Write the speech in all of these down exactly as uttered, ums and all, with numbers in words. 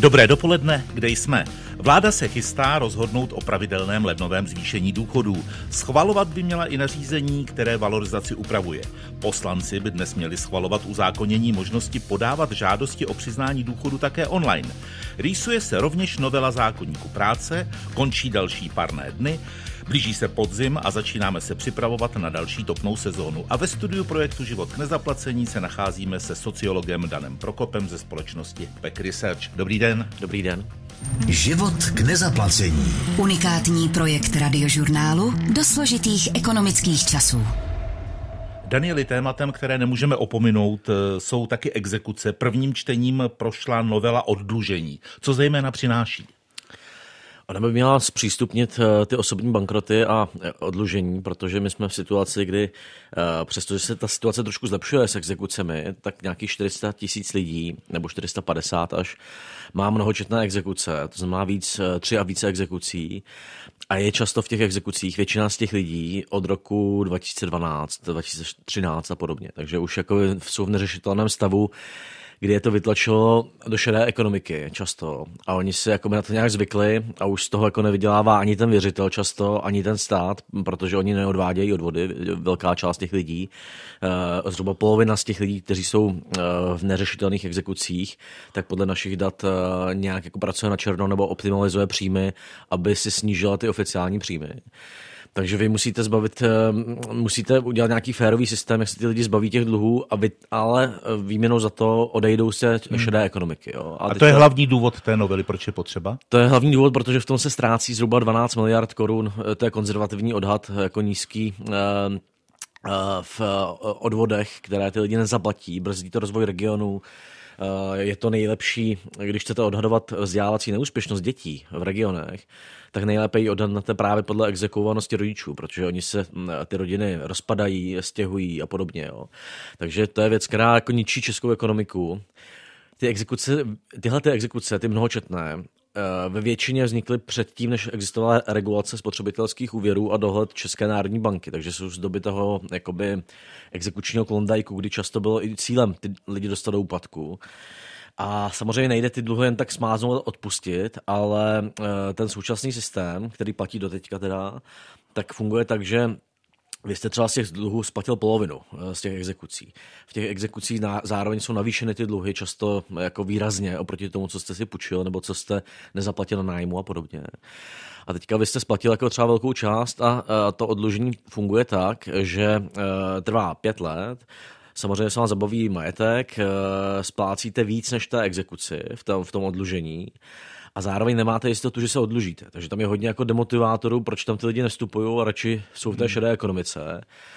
Dobré dopoledne, kde jsme? Vláda se chystá rozhodnout o pravidelném lednovém zvýšení důchodů. Schvalovat by měla i nařízení, které valorizaci upravuje. Poslanci by dnes měli schvalovat uzákonění možnosti podávat žádosti o přiznání důchodu také online. Rýsuje se rovněž novela zákoníku práce, končí další párné dny, blíží se podzim a začínáme se připravovat na další topnou sezónu. A ve studiu projektu Život k nezaplacení se nacházíme se sociologem Danem Prokopem ze společnosti Pek Research. Dobrý den. Dobrý den. Život k nezaplacení. Unikátní projekt Radiožurnálu do složitých ekonomických časů. Danieli, tématem, které nemůžeme opominout, jsou taky exekuce. Prvním čtením prošla novela oddlužení. Co zejména přináší? Ona by měla zpřístupnit ty osobní bankroty a oddlužení, protože my jsme v situaci, kdy přestože se ta situace trošku zlepšuje s exekucemi, tak nějakých čtyři sta tisíc lidí, nebo čtyři sta padesát až, má mnohočetné exekuce, to znamená víc, tři a více exekucí a je často v těch exekucích většina z těch lidí od roku dva tisíce dvanáct, dva tisíce třináct a podobně, takže už jako jsou v neřešitelném stavu, kdy je to vytlačilo do šedé ekonomiky často a oni si jako na to nějak zvykli a už z toho jako nevydělává ani ten věřitel často, ani ten stát, protože oni neodvádějí odvody, velká část těch lidí, zhruba polovina z těch lidí, kteří jsou v neřešitelných exekucích, tak podle našich dat nějak jako pracuje na černo nebo optimalizuje příjmy, aby si snížila ty oficiální příjmy. Takže vy musíte zbavit, musíte udělat nějaký férový systém, jak se ty lidi zbaví těch dluhů, a vy, ale výměnou za to odejdou se šedé hmm. ekonomiky. Jo. A, a to je hlavní důvod té novely, proč je potřeba? To je hlavní důvod, protože v tom se ztrácí zhruba dvanáct miliard korun, to je konzervativní odhad, jako nízký v odvodech, které ty lidi nezaplatí, brzdí to rozvoj regionů. Je to nejlepší, když chcete odhadovat vzdělávací neúspěšnost dětí v regionech, tak nejlépe ji odhadnete právě podle exekuovanosti rodičů, protože oni se, ty rodiny rozpadají, stěhují a podobně. Jo. Takže to je věc, která jako ničí českou ekonomiku. Ty exekuce, tyhle ty exekuce, ty mnohočetné, ve většině vznikly předtím, než existovala regulace spotřebitelských úvěrů a dohled České národní banky, takže jsou z doby toho jakoby exekučního klondajku, kdy často bylo i cílem ty lidi dostat do úpadku. A samozřejmě nejde ty dluhy jen tak smáznout odpustit, ale ten současný systém, který platí doteďka teda, tak funguje tak, že vy jste třeba z těch dluhů splatil polovinu z těch exekucí. V těch exekucích zároveň jsou navýšeny ty dluhy často jako výrazně oproti tomu, co jste si půjčil nebo co jste nezaplatil na nájmu a podobně. A teďka vy jste splatil jako třeba velkou část a to oddlužení funguje tak, že trvá pět let. Samozřejmě se vám zabaví majetek, splácíte víc než té exekuci v tom, v tom oddlužení. A zároveň nemáte jistotu, že se oddlužíte. Takže tam je hodně jako demotivátorů, proč tam ty lidi nestupují a radši jsou v té šedé ekonomice.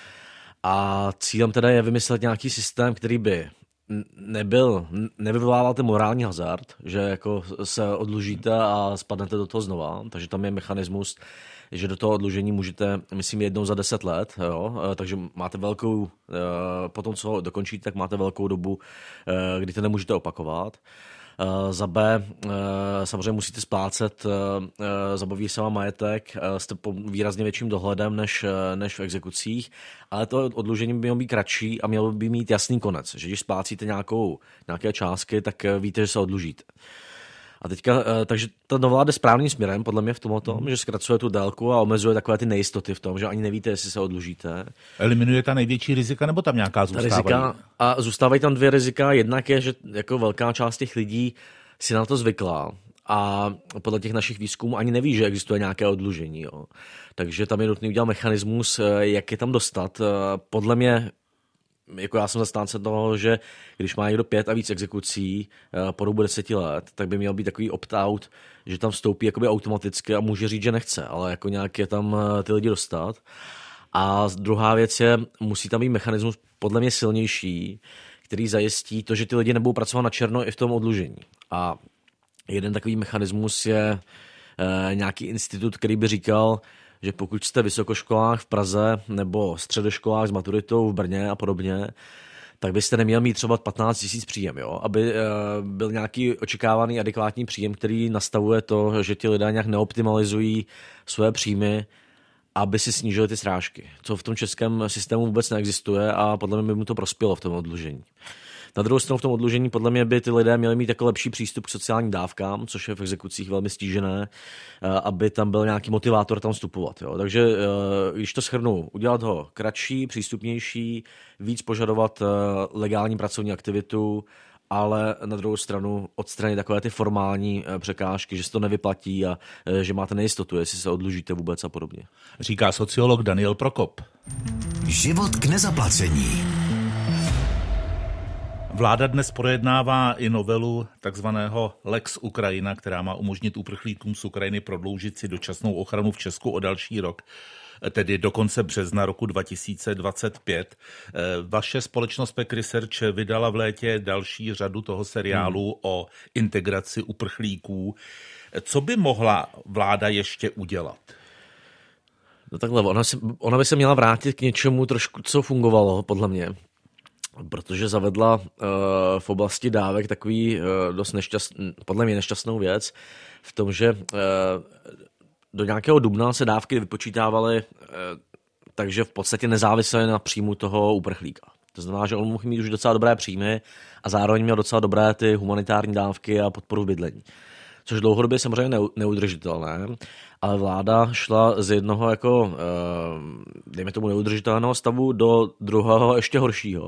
A cílem teda je vymyslet nějaký systém, který by nebyl, nevyvolával ten morální hazard, že jako se oddlužíte a spadnete do toho znova. Takže tam je mechanismus, že do toho oddlužení můžete, myslím, jednou za deset let, jo? Takže máte velkou, potom co dokončíte, tak máte velkou dobu, kdy to nemůžete opakovat. Za B, samozřejmě musíte splácet, zabaví se vám majetek, jste pod výrazně větším dohledem než, než v exekucích, ale to oddlužení by mělo být kratší a mělo by mít jasný konec, že když splácíte nějakou, nějaké částky, tak víte, že se oddlužíte. A teďka, takže ta novela jde správným směrem, podle mě v tomto, mm. že zkracuje tu délku a omezuje takové ty nejistoty v tom, že ani nevíte, jestli se oddlužíte. Eliminuje ta největší rizika, nebo tam nějaká zůstávají? Rizika, a zůstávají tam dvě rizika. Jednak je, že jako velká část těch lidí si na to zvykla a podle těch našich výzkumů ani neví, že existuje nějaké oddlužení. Jo. Takže tam je nutný udělat mechanismus, jak je tam dostat. Podle mě jako já jsem zastánce toho, že když má někdo pět a víc exekucí po dobu deseti let, tak by měl být takový opt-out, že tam vstoupí jakoby automaticky a může říct, že nechce, ale jako nějak je tam ty lidi dostat. A druhá věc je, musí tam být mechanismus podle mě silnější, který zajistí to, že ty lidi nebudou pracovat na černo i v tom oddlužení. A jeden takový mechanismus je e, nějaký institut, který by říkal, že pokud jste vysokoškolák v Praze nebo středoškolák s maturitou v Brně a podobně, tak byste neměl mít třeba patnáct tisíc příjem, jo? Aby e, byl nějaký očekávaný adekvátní příjem, který nastavuje to, že ti lidé nějak neoptimalizují své příjmy, aby si snížili ty srážky, co v tom českém systému vůbec neexistuje a podle mě by mu to prospělo v tom oddlužení. Na druhou stranu v tom oddlužení podle mě by ty lidé měli mít jako lepší přístup k sociálním dávkám, což je v exekucích velmi stížené, aby tam byl nějaký motivátor tam vstupovat. Jo. Takže když to shrnu, udělat ho kratší, přístupnější, víc požadovat legální pracovní aktivitu, ale na druhou stranu odstranit takové ty formální překážky, že se to nevyplatí a že máte nejistotu, jestli se oddlužíte vůbec a podobně. Říká sociolog Daniel Prokop. Život k nezaplacení. Vláda dnes projednává i novelu takzvaného Lex Ukrajina, která má umožnit uprchlíkům z Ukrajiny prodloužit si dočasnou ochranu v Česku o další rok, tedy do konce března roku dva tisíce dvacet pět. Vaše společnost Pack Research vydala v létě další řadu toho seriálu hmm. o integraci uprchlíků. Co by mohla vláda ještě udělat? No takhle, ona, si, ona by se měla vrátit k něčemu trošku, co fungovalo, podle mě. Protože zavedla uh, v oblasti dávek takový uh, dost nešťastný, podle mě nešťastnou věc v tom, že uh, do nějakého dubna se dávky vypočítávaly uh, takže v podstatě nezávisle na příjmu toho uprchlíka. To znamená, že on mohl mít už docela dobré příjmy a zároveň měl docela dobré ty humanitární dávky a podporu v bydlení. Což dlouhodobě samozřejmě neudržitelné, ale vláda šla z jednoho jako, dejme tomu neudržitelného stavu do druhého ještě horšího.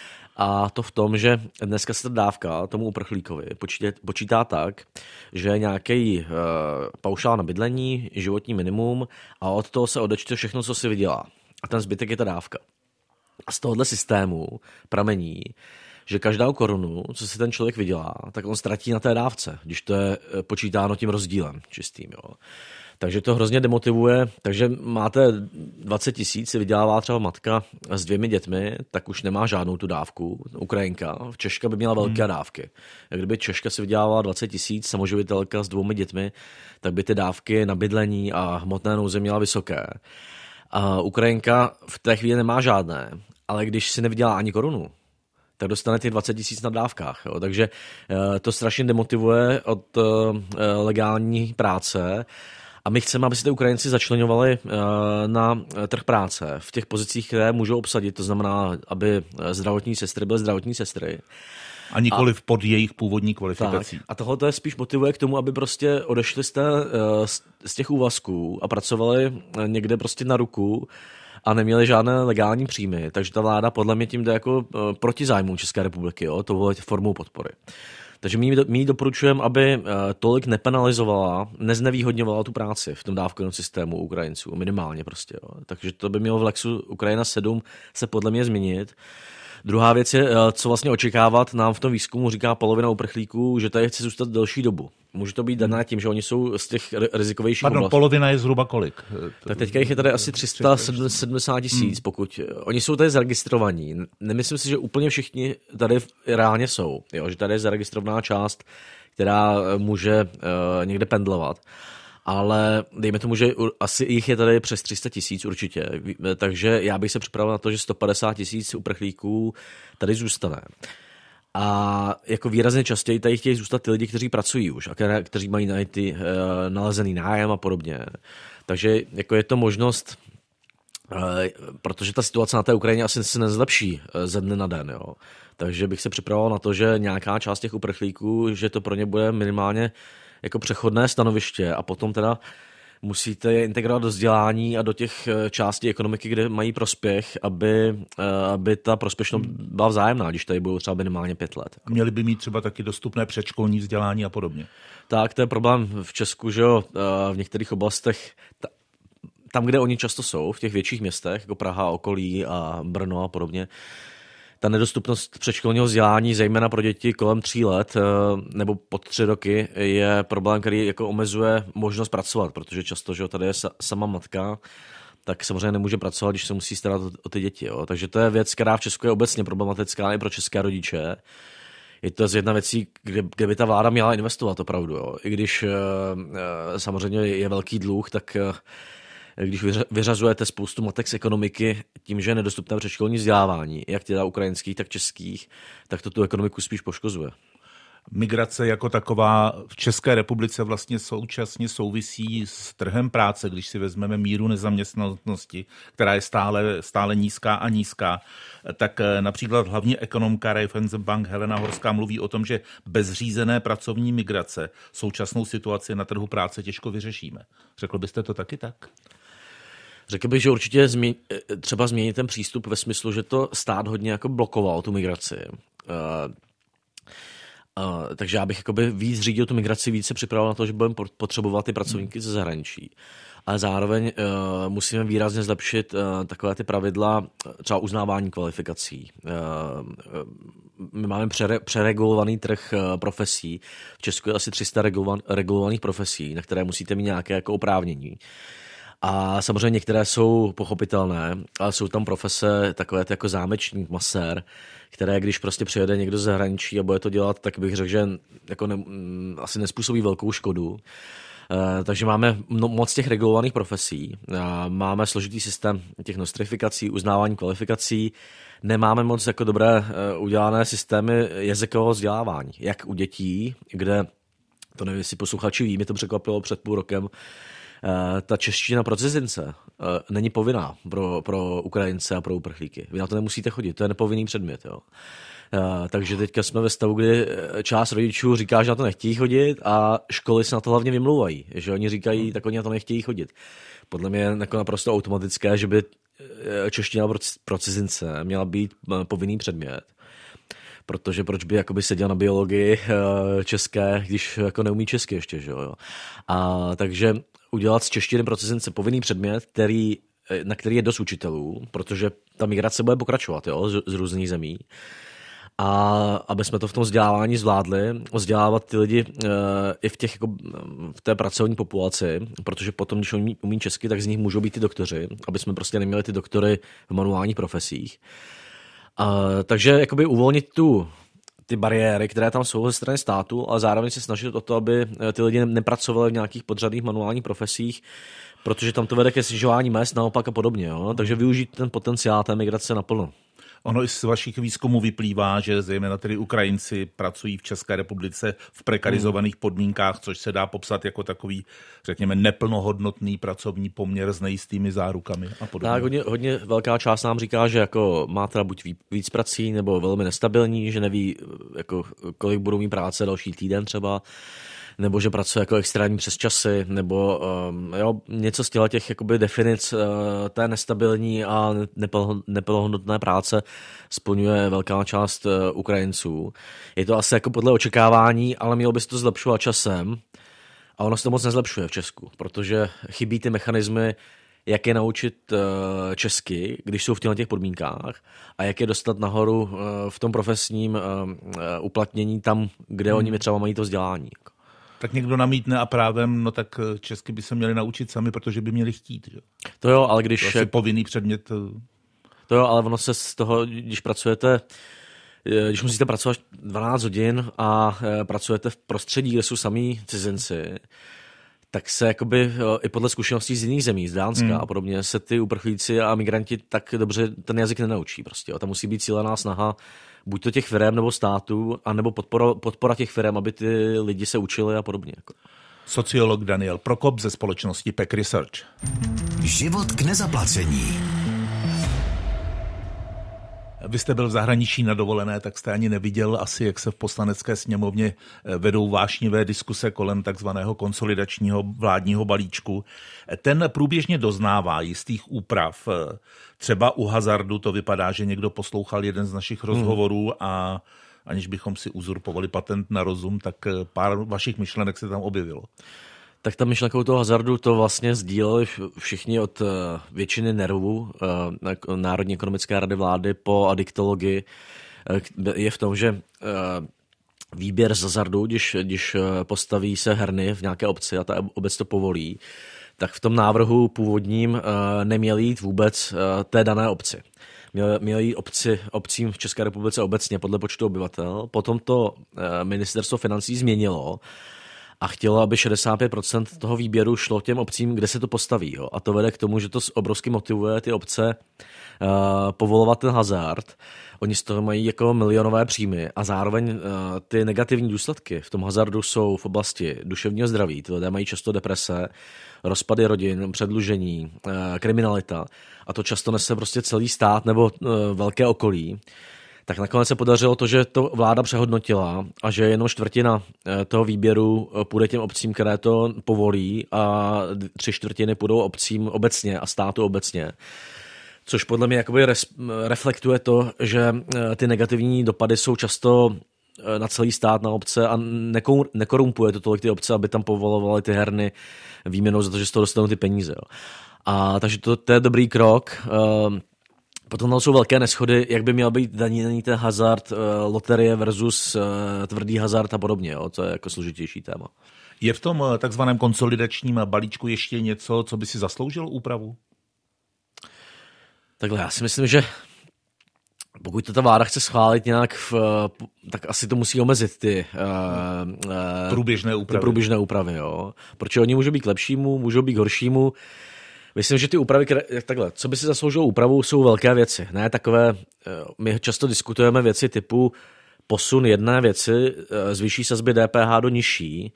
A to v tom, že dneska se ta dávka tomu uprchlíkovi počítá, počítá tak, že nějaký uh, paušál na bydlení, životní minimum a od toho se odečte všechno, co si vydělá. A ten zbytek je ta dávka. A z tohohle systému pramení, že každou korunu, co si ten člověk vydělá, tak on ztratí na té dávce, když to je počítáno tím rozdílem čistým. Jo. Takže to hrozně demotivuje. Takže máte dvacet tisíc, si vydělává třeba matka s dvěmi dětmi, tak už nemá žádnou tu dávku. Ukrajinka. Češka by měla velké hmm. dávky. A kdyby Češka si vydělávala dvacet tisíc, samoživitelka s dvoumi dětmi, tak by ty dávky na bydlení a hmotné nouze měla vysoké. A Ukrajinka v té chvíli nemá žádné, ale když si nevydělá ani korunu, tak dostane těch dvacet tisíc na dávkách. Jo. Takže to strašně demotivuje od legální práce. A my chceme, aby se ty Ukrajinci začleňovali na trh práce v těch pozicích, které můžou obsadit. To znamená, aby zdravotní sestry byly zdravotní sestry. A nikoliv pod jejich původní kvalifikací. Tak. A tohle to je spíš motivuje k tomu, aby prostě odešli z, té, z těch úvazků a pracovali někde prostě na ruku a neměli žádné legální příjmy. Takže ta vláda podle mě tím jde jako proti zájmu České republiky, jo, touhle formou podpory. Takže my, my doporučujeme, aby tolik nepenalizovala, neznevýhodňovala tu práci v tom dávkovém systému Ukrajinců, minimálně prostě. Jo. Takže to by mělo v Lexu Ukrajina sedm se podle mě změnit. Druhá věc je, co vlastně očekávat. Nám v tom výzkumu říká polovina uprchlíků, že tady chce zůstat delší dobu. Může to být dané tím, že oni jsou z těch rizikovějších oblastí. Pardon, polovina je zhruba kolik? Tak teďka jich je tady asi tři sta sedmdesát tisíc, hmm. pokud oni jsou tady zaregistrovaní. Nemyslím si, že úplně všichni tady reálně jsou. Jo, že tady je zaregistrovaná část, která může uh, někde pendlovat. Ale dejme tomu, že asi jich je tady přes tři sta tisíc určitě. Takže já bych se připravil na to, že sto padesát tisíc uprchlíků tady zůstane. A jako výrazně častěji tady chtějí zůstat ty lidi, kteří pracují už a které, kteří mají najít ty, uh, nalezený nájem a podobně. Takže jako je to možnost, uh, protože ta situace na té Ukrajině asi se nezlepší uh, ze dne na den. Jo. Takže bych se připravoval na to, že nějaká část těch uprchlíků, že to pro ně bude minimálně jako přechodné stanoviště a potom teda musíte je integrovat do vzdělání a do těch částí ekonomiky, kde mají prospěch, aby, aby ta prospěšnost byla vzájemná, když tady budou třeba minimálně pět let. Měli by mít třeba taky dostupné předškolní vzdělání a podobně. Tak, to je problém v Česku, že jo, v některých oblastech, tam, kde oni často jsou, v těch větších městech, jako Praha, okolí a Brno a podobně, ta nedostupnost předškolního vzdělání, zejména pro děti kolem tří let nebo pod tři roky, je problém, který jako omezuje možnost pracovat, protože často, že tady je sama matka, tak samozřejmě nemůže pracovat, když se musí starat o ty děti. Jo. Takže to je věc, která v Česku je obecně problematická i pro české rodiče. Je to z jedna věcí, kde, kde by ta vláda měla investovat opravdu. Jo. I když samozřejmě je velký dluh, tak když vyřazujete spoustu matek z ekonomiky tím, že je nedostupné předškolní vzdělávání, jak teda ukrajinských, tak českých, tak to tu ekonomiku spíš poškozuje. Migrace jako taková v České republice vlastně současně souvisí s trhem práce, když si vezmeme míru nezaměstnanosti, která je stále, stále nízká a nízká, tak například hlavní ekonomka Raiffeisenbank Helena Horská mluví o tom, že bez řízené pracovní migrace současnou situaci na trhu práce těžko vyřešíme. Řekl byste to taky tak? Řekl bych, že určitě změ, třeba změnit ten přístup ve smyslu, že to stát hodně jako blokoval tu migraci. Uh, Uh, takže já bych jakoby víc řídil tu migraci, víc se připravil na to, že budeme potřebovat ty pracovníky ze zahraničí. Ale zároveň uh, musíme výrazně zlepšit uh, takové ty pravidla, třeba uznávání kvalifikací. Uh, uh, my máme přere, přeregulovaný trh uh, profesí. V Česku je asi tři sta regulovan, regulovaných profesí, na které musíte mít nějaké jako oprávnění. A samozřejmě některé jsou pochopitelné, ale jsou tam profese takové jako zámečník, masér, které když prostě přijede někdo z zahraničí a bude to dělat, tak bych řekl, že jako ne, asi nespůsobí velkou škodu. E, takže máme no, moc těch regulovaných profesí, a máme složitý systém těch nostrifikací, uznávání kvalifikací, nemáme moc jako dobré e, udělané systémy jazykového vzdělávání, jak u dětí, kde, to nevím, jestli posluchači ví, mě to překvapilo před půl rokem, ta čeština pro cizince není povinná pro, pro Ukrajince a pro uprchlíky. Vy na to nemusíte chodit, to je nepovinný předmět. Jo. Takže teďka jsme ve stavu, kdy část rodičů říká, že na to nechtějí chodit a školy se na to hlavně vymlouvají. Že oni říkají, tak oni na to nechtějí chodit. Podle mě je jako naprosto automatické, že by čeština pro cizince měla být povinný předmět. Protože proč by jakoby seděl na biologii české, když jako neumí česky ještě. Že jo. A takže udělat z češtiny pro cizince povinný předmět, který, na který je dost učitelů, protože ta migrace bude pokračovat, jo, z, z různých zemí. A aby jsme to v tom vzdělávání zvládli, vzdělávat ty lidi e, i v, těch, jako, v té pracovní populaci, protože potom, když umí, umí česky, tak z nich můžou být ty doktoři, aby jsme prostě neměli ty doktory v manuálních profesích. A, takže jakoby uvolnit tu ty bariéry, které tam jsou ze strany státu, ale zároveň se snažit o to, aby ty lidi nepracovali v nějakých podřadných manuálních profesích, protože tam to vede ke snižování mezd naopak a podobně. Jo? Takže využít ten potenciál té migrace naplno. Ono i z vašich výzkumů vyplývá, že zejména tedy Ukrajinci pracují v České republice v prekarizovaných podmínkách, což se dá popsat jako takový, řekněme, neplnohodnotný pracovní poměr s nejistými zárukami a podobně. Tak hodně, hodně velká část nám říká, že jako má teda buď víc prací, nebo velmi nestabilní, že neví, jako, kolik budou mít práce další týden třeba, nebo že pracuje jako extrémní přesčasy, nebo um, jo, něco z těch jakoby definic uh, té nestabilní a neplnohodnotné práce splňuje velká část uh, Ukrajinců. Je to asi jako podle očekávání, ale mělo by se to zlepšovat časem a ono se to moc nezlepšuje v Česku, protože chybí ty mechanismy, jak je naučit uh, česky, když jsou v těch podmínkách a jak je dostat nahoru uh, v tom profesním uh, uh, uplatnění tam, kde hmm. oni třeba mají to vzdělání. Tak někdo namítne a právem, no tak česky by se měli naučit sami, protože by měli chtít. Že? To jo, ale když... To je povinný předmět. To jo, ale ono se z toho, když pracujete, když musíte pracovat dvanáct hodin a pracujete v prostředí, kde jsou samí cizinci, tak se jakoby i podle zkušeností z jiných zemí, z Dánska hmm. a podobně, se ty uprchlíci a migranti tak dobře ten jazyk nenaučí. Prostě. Tam musí být cílená snaha buď to těch firem nebo států, anebo podpora, podpora těch firem, aby ty lidi se učili a podobně. Jako. Sociolog Daniel Prokop ze společnosti P E C Research. Život k nezaplacení. Vy jste byl v zahraničí na dovolené, tak jste ani neviděl asi, jak se v Poslanecké sněmovně vedou vášnivé diskuse kolem takzvaného konsolidačního vládního balíčku. Ten průběžně doznává jistých úprav. Třeba u hazardu to vypadá, že někdo poslouchal jeden z našich rozhovorů a aniž bychom si uzurpovali patent na rozum, tak pár vašich myšlenek se tam objevilo. Tak ta myšlenkou toho hazardu to vlastně sdíleli všichni od většiny nervů Národní ekonomické rady vlády po adiktologii. Je v tom, že výběr z hazardu, když, když postaví se herny v nějaké obci a ta obec to povolí, tak v tom návrhu původním neměl jít vůbec té dané obci. Měl, měl jít obci, obcím v České republice obecně podle počtu obyvatel. Potom to ministerstvo financí změnilo a chtěla, aby šedesát pět procent toho výběru šlo těm obcím, kde se to postaví. Jo. A to vede k tomu, že to obrovsky motivuje ty obce uh, povolovat ten hazard. Oni z toho mají jako milionové příjmy a zároveň uh, ty negativní důsledky v tom hazardu jsou v oblasti duševního zdraví. Ty lidé mají často deprese, rozpady rodin, předlužení, uh, kriminalita a to často nese prostě celý stát nebo uh, velké okolí. Tak nakonec se podařilo to, že to vláda přehodnotila a že jenom čtvrtina toho výběru půjde těm obcím, které to povolí a tři čtvrtiny půjdou obcím obecně a státu obecně. Což podle mě jakoby res, reflektuje to, že ty negativní dopady jsou často na celý stát, na obce a nekorumpuje to tolik ty obce, aby tam povolovaly ty herny výměnou za to, že z toho dostanou ty peníze. Jo. A takže to, to je dobrý krok. Potom tam jsou velké neshody, jak by měl být daněný ten hazard, loterie versus tvrdý hazard a podobně. Jo? To je jako složitější téma. Je v tom takzvaném konsolidačním balíčku ještě něco, co by si zasloužilo úpravu? Takhle, já si myslím, že pokud to ta vláda chce schválit nějak, v, tak asi to musí omezit ty uh, průběžné úpravy. Ty průběžné úpravy, jo. Protože oni můžou být k lepšímu, můžou být k horšímu. Myslím, že ty úpravy, které, takhle, co by si zasloužilo úpravu, jsou velké věci. Ne takové, my často diskutujeme věci typu posun jedné věci, zvýší sazby D P H do nižší,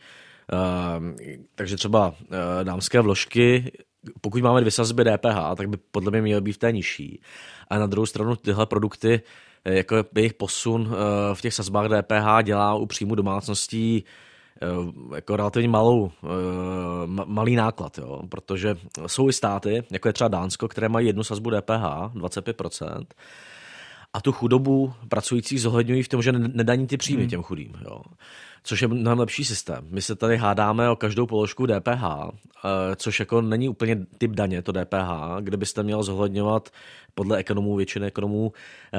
takže třeba dámské vložky, pokud máme dvě sazby D P H, tak by podle mě měly být v té nižší. A na druhou stranu tyhle produkty, jako jejich posun v těch sazbách D P H dělá u příjmu domácností jako relativně malou, malý náklad, jo? Protože jsou i státy, jako je třeba Dánsko, které mají jednu sazbu D P H, dvacet pět procent, a tu chudobu pracující zohledňují v tom, že nedaní ty příjmy hmm. těm chudým. Jo? Což je mnohem lepší systém. My se tady hádáme o každou položku D P H, což jako není úplně typ daně, to D P H, kde byste měl zohledňovat podle ekonomů, většiny ekonomů,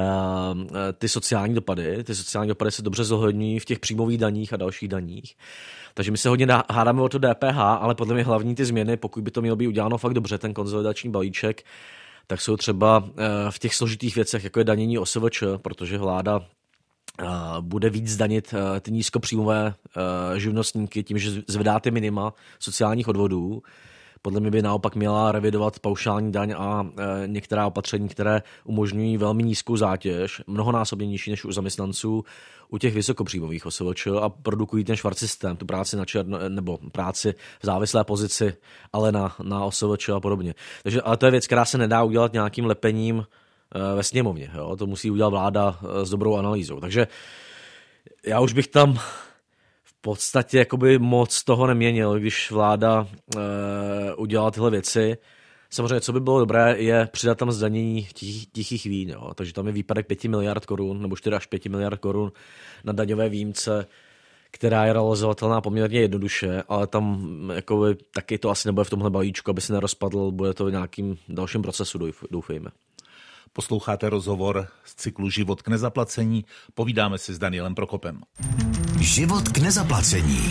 ty sociální dopady. Ty sociální dopady se dobře zohledňují v těch příjmových daních a dalších daních. Takže my se hodně hádáme o to D P H, ale podle mě hlavní ty změny, pokud by to mělo být uděláno fakt dobře, ten konsolidační balíček, tak jsou třeba v těch složitých věcech, jako je danění O S V Č, protože vláda bude víc zdanit ty nízkopříjmové živnostníky tím, že zvedá ty minima sociálních odvodů. Podle mě by naopak měla revidovat paušální daň a některá opatření, které umožňují velmi nízkou zátěž, mnohonásobně nižší než u zaměstnanců, u těch vysokopříjmových O S V Č a produkují ten švart systém, tu práci na černo, nebo práci v závislé pozici, ale na, na O S V Č a podobně. Takže, ale to je věc, která se nedá udělat nějakým lepením ve sněmovně. Jo? To musí udělat vláda s dobrou analýzou. Takže já už bych tam v podstatě jakoby moc toho neměnil, když vláda e, udělala tyhle věci. Samozřejmě, co by bylo dobré, je přidat tam zdanění tich, tichých vín. Jo? Takže tam je výpadek pět miliard korun, nebo čtyři až pět miliard korun na daňové výjimce, která je realizovatelná poměrně jednoduše, ale tam jakoby, taky to asi nebude v tomhle balíčku, aby se nerozpadl, bude to v nějakým dalším procesu, doufejme. Posloucháte rozhovor z cyklu Život k nezaplacení. Povídáme si s Danielem Prokopem. Život k nezaplacení.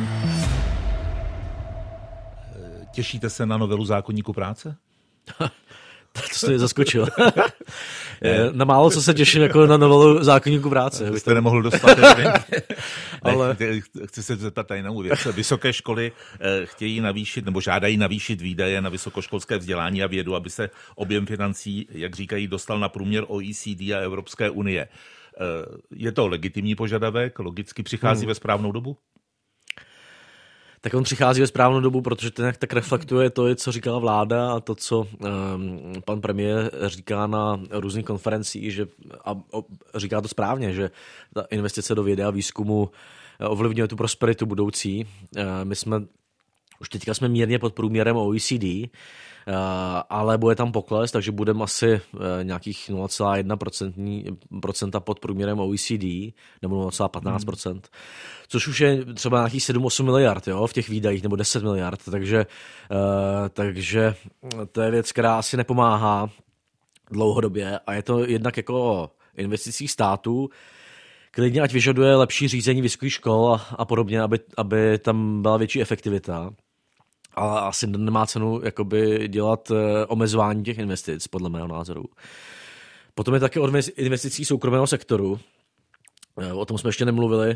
Těšíte se na novelu zákoníku práce? To jste mě zaskočil. Na málo co se těším jako na novelu zákoníku práce. Vy jste nemohl dostat. Ale chci se zeptat tady na věc. Vysoké školy chtějí navýšit nebo žádají navýšit výdaje na vysokoškolské vzdělání a vědu, aby se objem financí, jak říkají, dostal na průměr O E C D a Evropské unie. Je to legitimní požadavek? Logicky přichází hmm. ve správnou dobu? Tak on přichází ve správnou dobu, protože ten tak reflektuje to, co říkala vláda a to, co um, pan premiér říká na různých konferencích, že, a, a říká to správně, že ta investice do vědy a výzkumu ovlivňuje tu prosperitu budoucí. Uh, my jsme, už teďka jsme mírně pod průměrem O E C D, Uh, ale bude tam pokles, takže budeme asi uh, nějakých nula celá jedna procenta pod průměrem O E C D, nebo nula celá patnáct procent, hmm. což už je třeba nějakých sedm osm miliard, jo, v těch výdajích, nebo deset miliard, takže, uh, takže to je věc, která asi nepomáhá dlouhodobě a je to jednak jako o investicích států, klidně ať vyžaduje lepší řízení vysokých škol a, a podobně, aby, aby tam byla větší efektivita. Ale asi nemá cenu jakoby dělat omezování těch investic, podle mého názoru. Potom je také o investicích soukromého sektoru. O tom jsme ještě nemluvili.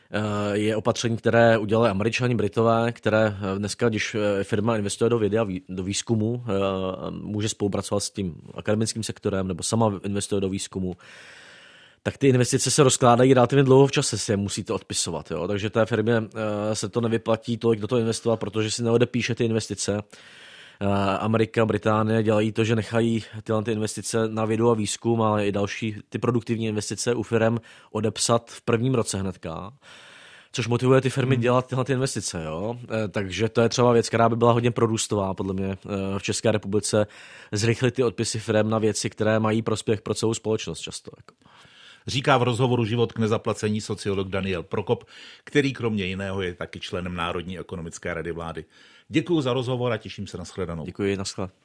je opatření, které udělali Američani, Britové, které dneska, když firma investuje do vědy a do výzkumu, může spolupracovat s tím akademickým sektorem nebo sama investuje do výzkumu, tak ty investice se rozkládají relativně dlouho v čase, si je musíte odpisovat. Jo? Takže té firmě se to nevyplatí tolik do toho investovat, protože si neodepíše ty investice. Amerika, Británie dělají to, že nechají tyhle ty investice na vědu a výzkum, ale i další ty produktivní investice u firem odepsat v prvním roce hnedka, což motivuje ty firmy dělat tyhle ty investice. Jo? Takže to je třeba věc, která by byla hodně prorůstová, podle mě, v České republice, zrychlit ty odpisy firem na věci, které mají prospěch pro celou společnost často. Jako. Říká v rozhovoru Život k nezaplacení sociolog Daniel Prokop, který kromě jiného je taky členem Národní ekonomické rady vlády. Děkuji za rozhovor a těším se na shledanou. Děkuji, na shledanou.